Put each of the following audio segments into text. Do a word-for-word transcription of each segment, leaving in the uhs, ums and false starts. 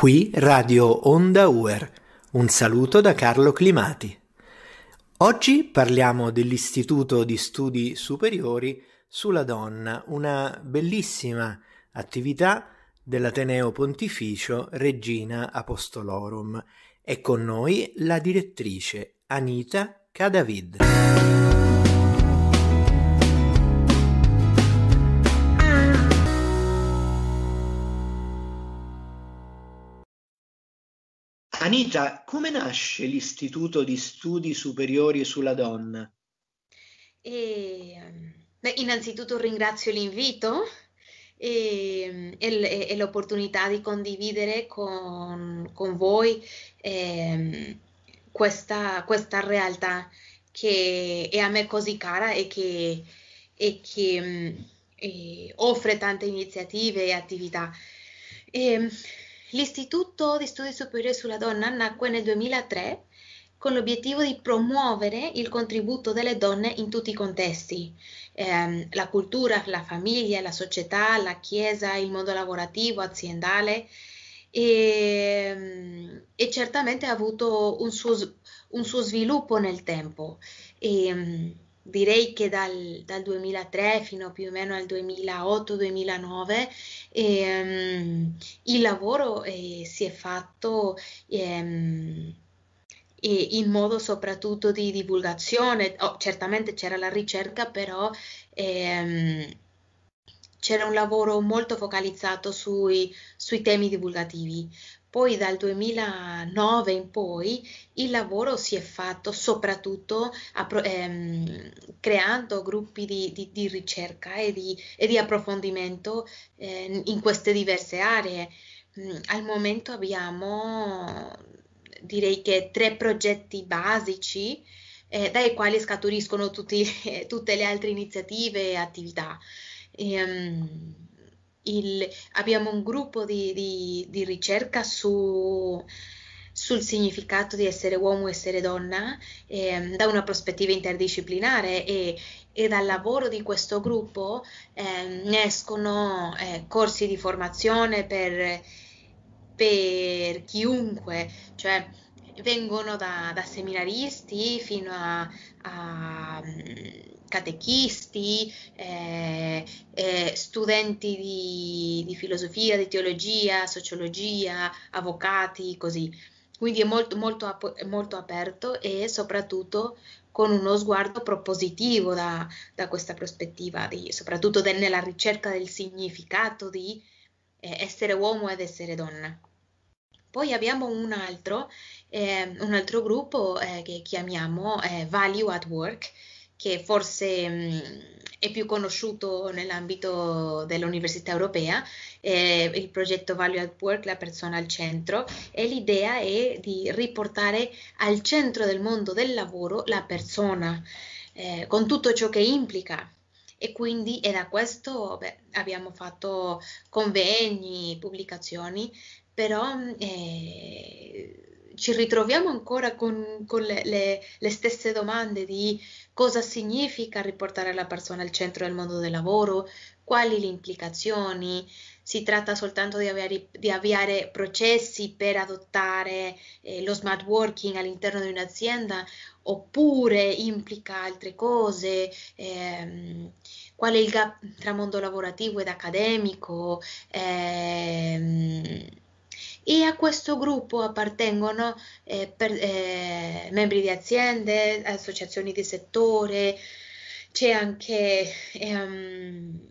Qui Radio Onda U E R. Un saluto da Carlo Climati. Oggi parliamo dell'Istituto di Studi Superiori sulla Donna, una bellissima attività dell'Ateneo Pontificio Regina Apostolorum. È con noi la direttrice Anita Cadavid. Anita, come nasce l'Istituto di Studi Superiori sulla Donna? E, beh, innanzitutto ringrazio l'invito e, e- e l'opportunità di condividere con, con voi ehm, questa, questa realtà che è a me così cara e che, e che mh, e offre tante iniziative e attività. E, L'Istituto di Studi Superiori sulla Donna nacque nel duemilatré con l'obiettivo di promuovere il contributo delle donne in tutti i contesti, ehm, la cultura, la famiglia, la società, la chiesa, il mondo lavorativo, aziendale e, e certamente ha avuto un suo, un suo sviluppo nel tempo. E, direi che dal, dal duemilatré fino più o meno al duemilaotto-duemilanove ehm, il lavoro eh, si è fatto ehm, e in modo soprattutto di divulgazione. Oh, certamente c'era la ricerca, però ehm, c'era un lavoro molto focalizzato sui, sui temi divulgativi. Poi dal duemilanove in poi il lavoro si è fatto soprattutto appro- ehm, creando gruppi di, di- di ricerca e di, e di approfondimento eh, in queste diverse aree. Mm, Al momento abbiamo, direi che tre progetti basici eh, dai quali scaturiscono tutti- tutte le altre iniziative e attività. Ehm, il- Abbiamo un gruppo di, di- di ricerca su- sul significato di essere uomo e essere donna ehm, da una prospettiva interdisciplinare e, e dal lavoro di questo gruppo ehm, ne escono eh, corsi di formazione per, per chiunque, cioè vengono da, da seminaristi fino a, a, mm, catechisti, eh, eh, studenti di, di filosofia, di teologia, sociologia, avvocati, così. Quindi è molto, molto, ap- molto aperto e soprattutto con uno sguardo propositivo da, da questa prospettiva, di- soprattutto de- nella ricerca del significato di eh, essere uomo ed essere donna. Poi abbiamo un altro, eh, un altro gruppo eh, che chiamiamo eh, Value at Work, che forse mh, è più conosciuto nell'ambito dell'Università Europea, eh, il progetto Value at Work, la persona al centro, e l'idea è di riportare al centro del mondo del lavoro la persona, eh, con tutto ciò che implica. E quindi è da questo beh, abbiamo fatto convegni, pubblicazioni però eh, ci ritroviamo ancora con, con le, le- le stesse domande di cosa significa riportare la persona al centro del mondo del lavoro, quali le implicazioni, si tratta soltanto di avviare, di avviare processi per adottare eh, lo smart working all'interno di un'azienda oppure implica altre cose, ehm, qual è il gap tra mondo lavorativo ed accademico, ehm, e a questo gruppo appartengono eh, per- eh, membri di aziende, associazioni di settore, c'è anche ehm,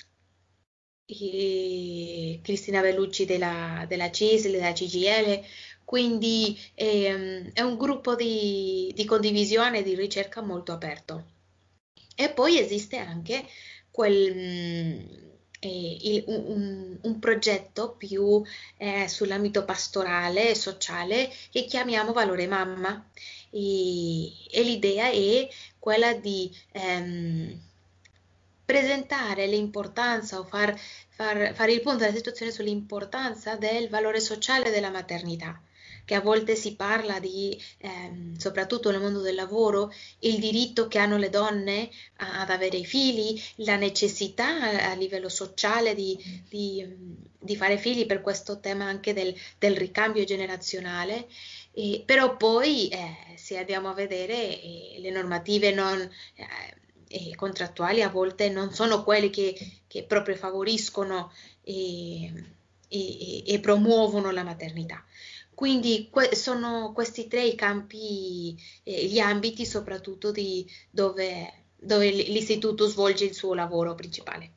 i- Cristina Bellucci della, della C I S L, della C G I L, quindi ehm, è un gruppo di, di condivisione e di ricerca molto aperto. E poi esiste anche quel, mm, eh, il- un, un- un progetto più eh, sull'ambito pastorale e sociale che chiamiamo Valore Mamma. E, e l'idea è quella di ehm, presentare l'importanza o far, far- fare il punto della situazione sull'importanza del valore sociale della maternità. che a volte si parla di, ehm, soprattutto nel mondo del lavoro, il diritto che hanno le donne a- ad avere i figli, la necessità a, a livello sociale di, di, mm, di fare figli per questo tema anche del, del ricambio generazionale. E, però poi, eh, se andiamo a vedere, eh, le normative non, eh, eh, contrattuali a volte non sono quelle che, che proprio favoriscono e, e- e promuovono la maternità. Quindi que- sono questi tre i campi, eh, gli ambiti soprattutto di dove, dove l- l'istituto svolge il suo lavoro principale.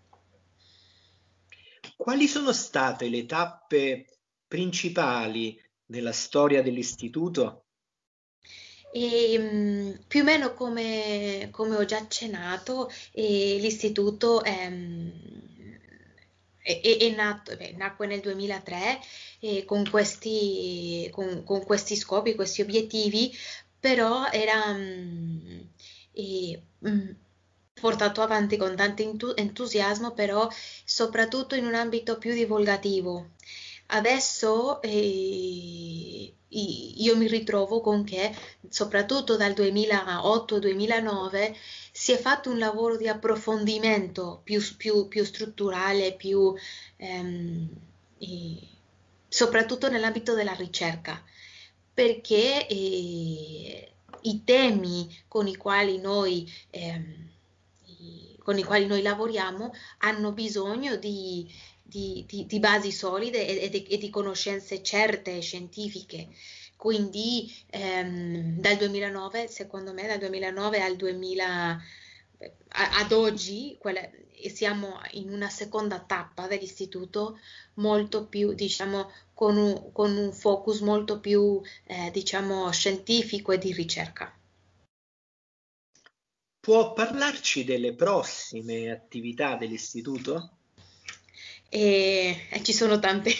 Quali sono state le tappe principali della storia dell'istituto? E, mh, più o meno come, come ho già accennato, eh, l'istituto è, mh, è- è- è nato, beh, nacque nel duemilatré, eh, con questi, con, con questi scopi, questi obiettivi, però era mh, eh, mh, portato avanti con tanto entu- entusiasmo, però soprattutto in un ambito più divulgativo. Adesso eh, io mi ritrovo con che, soprattutto dal duemilaotto-duemilanove, si è fatto un lavoro di approfondimento più, più- più strutturale, più, ehm, e- soprattutto nell'ambito della ricerca, perché eh, i temi con i quali noi, ehm, i- con i quali noi lavoriamo hanno bisogno di, di- di- di basi solide e, e di, e di conoscenze certe e scientifiche. Quindi ehm, dal duemilanove, secondo me, dal duemilanove al duemila, a- ad oggi, quella- e siamo in una seconda tappa dell'istituto molto più, diciamo, con un, con un focus molto più, eh, diciamo, scientifico e di ricerca. Può parlarci delle prossime attività dell'istituto? E, e ci sono tante,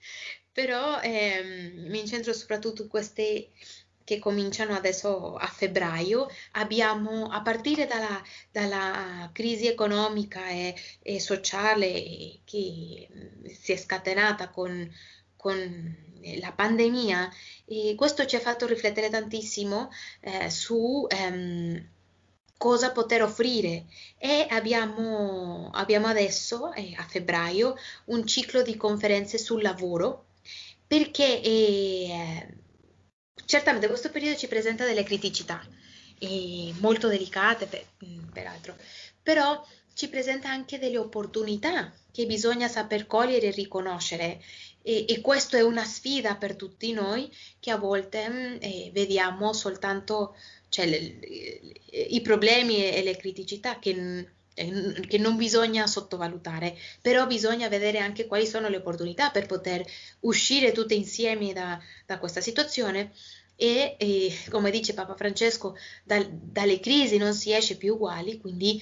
però ehm, mi incentro soprattutto in queste che cominciano adesso a febbraio. Abbiamo, a partire dalla, dalla crisi economica e, e sociale che mm, si è scatenata con, con la pandemia, e questo ci ha fatto riflettere tantissimo eh, su ehm, cosa poter offrire, e abbiamo, abbiamo adesso, eh, a febbraio, un ciclo di conferenze sul lavoro, perché eh, certamente questo periodo ci presenta delle criticità, eh, molto delicate per- peraltro, però ci presenta anche delle opportunità che bisogna saper cogliere e riconoscere. E, e questo è una sfida per tutti noi, che a volte mh, eh, vediamo soltanto, cioè, le- le- i problemi e, e le criticità che, eh, che non bisogna sottovalutare, però bisogna vedere anche quali sono le opportunità per poter uscire tutte insieme da, da questa situazione. E, e, come dice Papa Francesco, dal- dalle crisi non si esce più uguali, quindi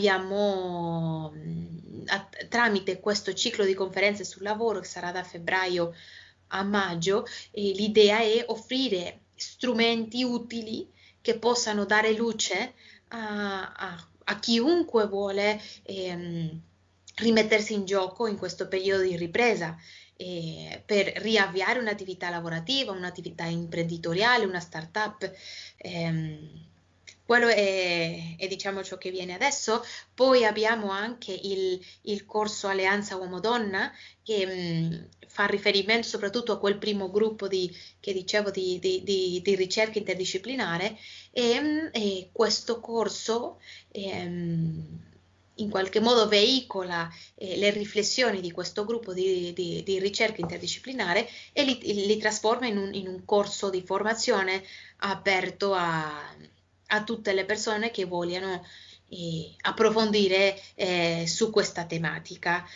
abbiamo, mh, a- tramite questo ciclo di conferenze sul lavoro, che sarà da febbraio a maggio, eh, l'idea è offrire strumenti utili che possano dare luce a, a- a chiunque vuole ehm, rimettersi in gioco in questo periodo di ripresa, eh, per riavviare un'attività lavorativa, un'attività imprenditoriale, una startup. Ehm, quello è, è, diciamo, ciò che viene adesso. Poi abbiamo anche il, il corso Alleanza Uomo-Donna, che mh, fa riferimento soprattutto a quel primo gruppo di, che dicevo di, di, di, di ricerca interdisciplinare, e, mh, e questo corso ehm, in qualche modo veicola eh, le riflessioni di questo gruppo di, di, di ricerca interdisciplinare, e li, li trasforma in un, in un corso di formazione aperto a, a tutte le persone che vogliano eh, approfondire eh, su questa tematica.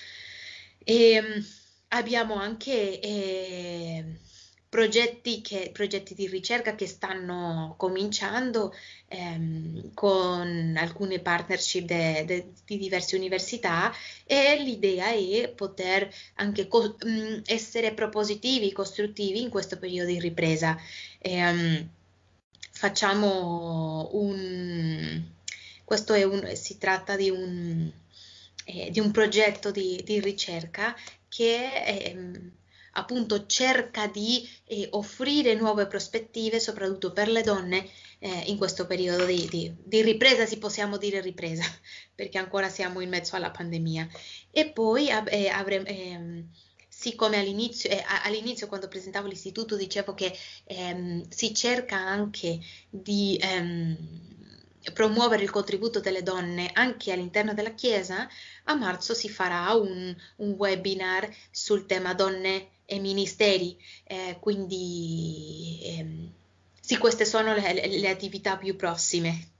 E, mh, abbiamo anche eh, progetti, che, progetti di ricerca che stanno cominciando, ehm, con alcune partnership de- de- di diverse università, e l'idea è poter anche co- mh, essere propositivi, costruttivi in questo periodo di ripresa. Ehm, facciamo un... Questo è un, si tratta di un, eh, di un progetto di, di ricerca che ehm, appunto cerca di eh, offrire nuove prospettive, soprattutto per le donne, eh, in questo periodo di, di, di ripresa, si possiamo dire ripresa, perché ancora siamo in mezzo alla pandemia. E poi eh, avremo... ehm, siccome all'inizio, eh, all'inizio quando presentavo l'istituto dicevo che ehm, si cerca anche di ehm, promuovere il contributo delle donne anche all'interno della Chiesa, a marzo si farà un, un webinar sul tema donne e ministeri, eh, quindi ehm, sì, queste sono le, le, le attività più prossime.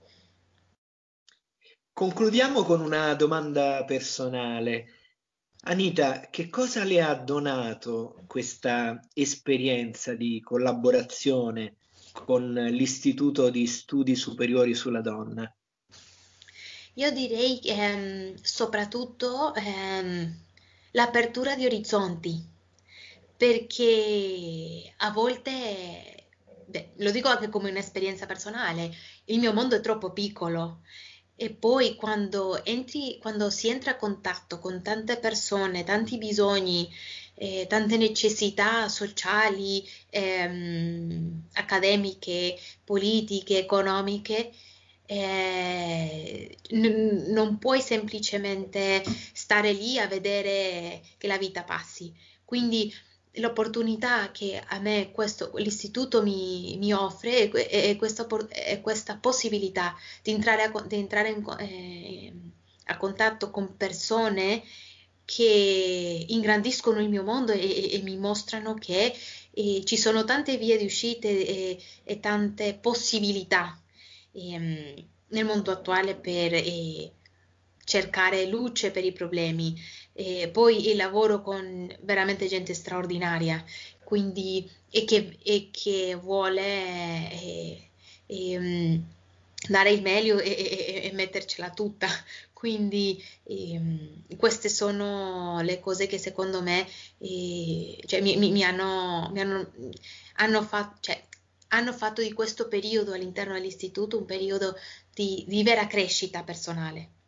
Concludiamo con una domanda personale. Anita, che cosa le ha donato questa esperienza di collaborazione con l'Istituto di Studi Superiori sulla Donna? Io direi ehm, soprattutto ehm, l'apertura di orizzonti, perché a volte, beh, lo dico anche come un'esperienza personale, il mio mondo è troppo piccolo e poi quando entri, quando si entra a contatto con tante persone, tanti bisogni, eh, tante necessità sociali, ehm, accademiche, politiche, economiche, eh, n- non puoi semplicemente stare lì a vedere che la vita passi. Quindi l'opportunità che a me questo, l'istituto mi, mi offre è, que- è questa, oppor- è questa possibilità di entrare a, co- di entrare in co- eh, a contatto con persone che ingrandiscono il mio mondo e, e- e mi mostrano che eh, ci sono tante vie di uscite e, e tante possibilità ehm, nel mondo attuale per eh, cercare luce per i problemi. E poi il lavoro con veramente gente straordinaria, quindi e che, e che vuole eh, ehm, dare il meglio e, e- e mettercela tutta. Quindi ehm, queste sono le cose che secondo me eh, cioè, mi, mi- mi hanno, mi hanno, hanno fatto, cioè, hanno fatto di questo periodo all'interno dell'istituto un periodo di, di vera crescita personale.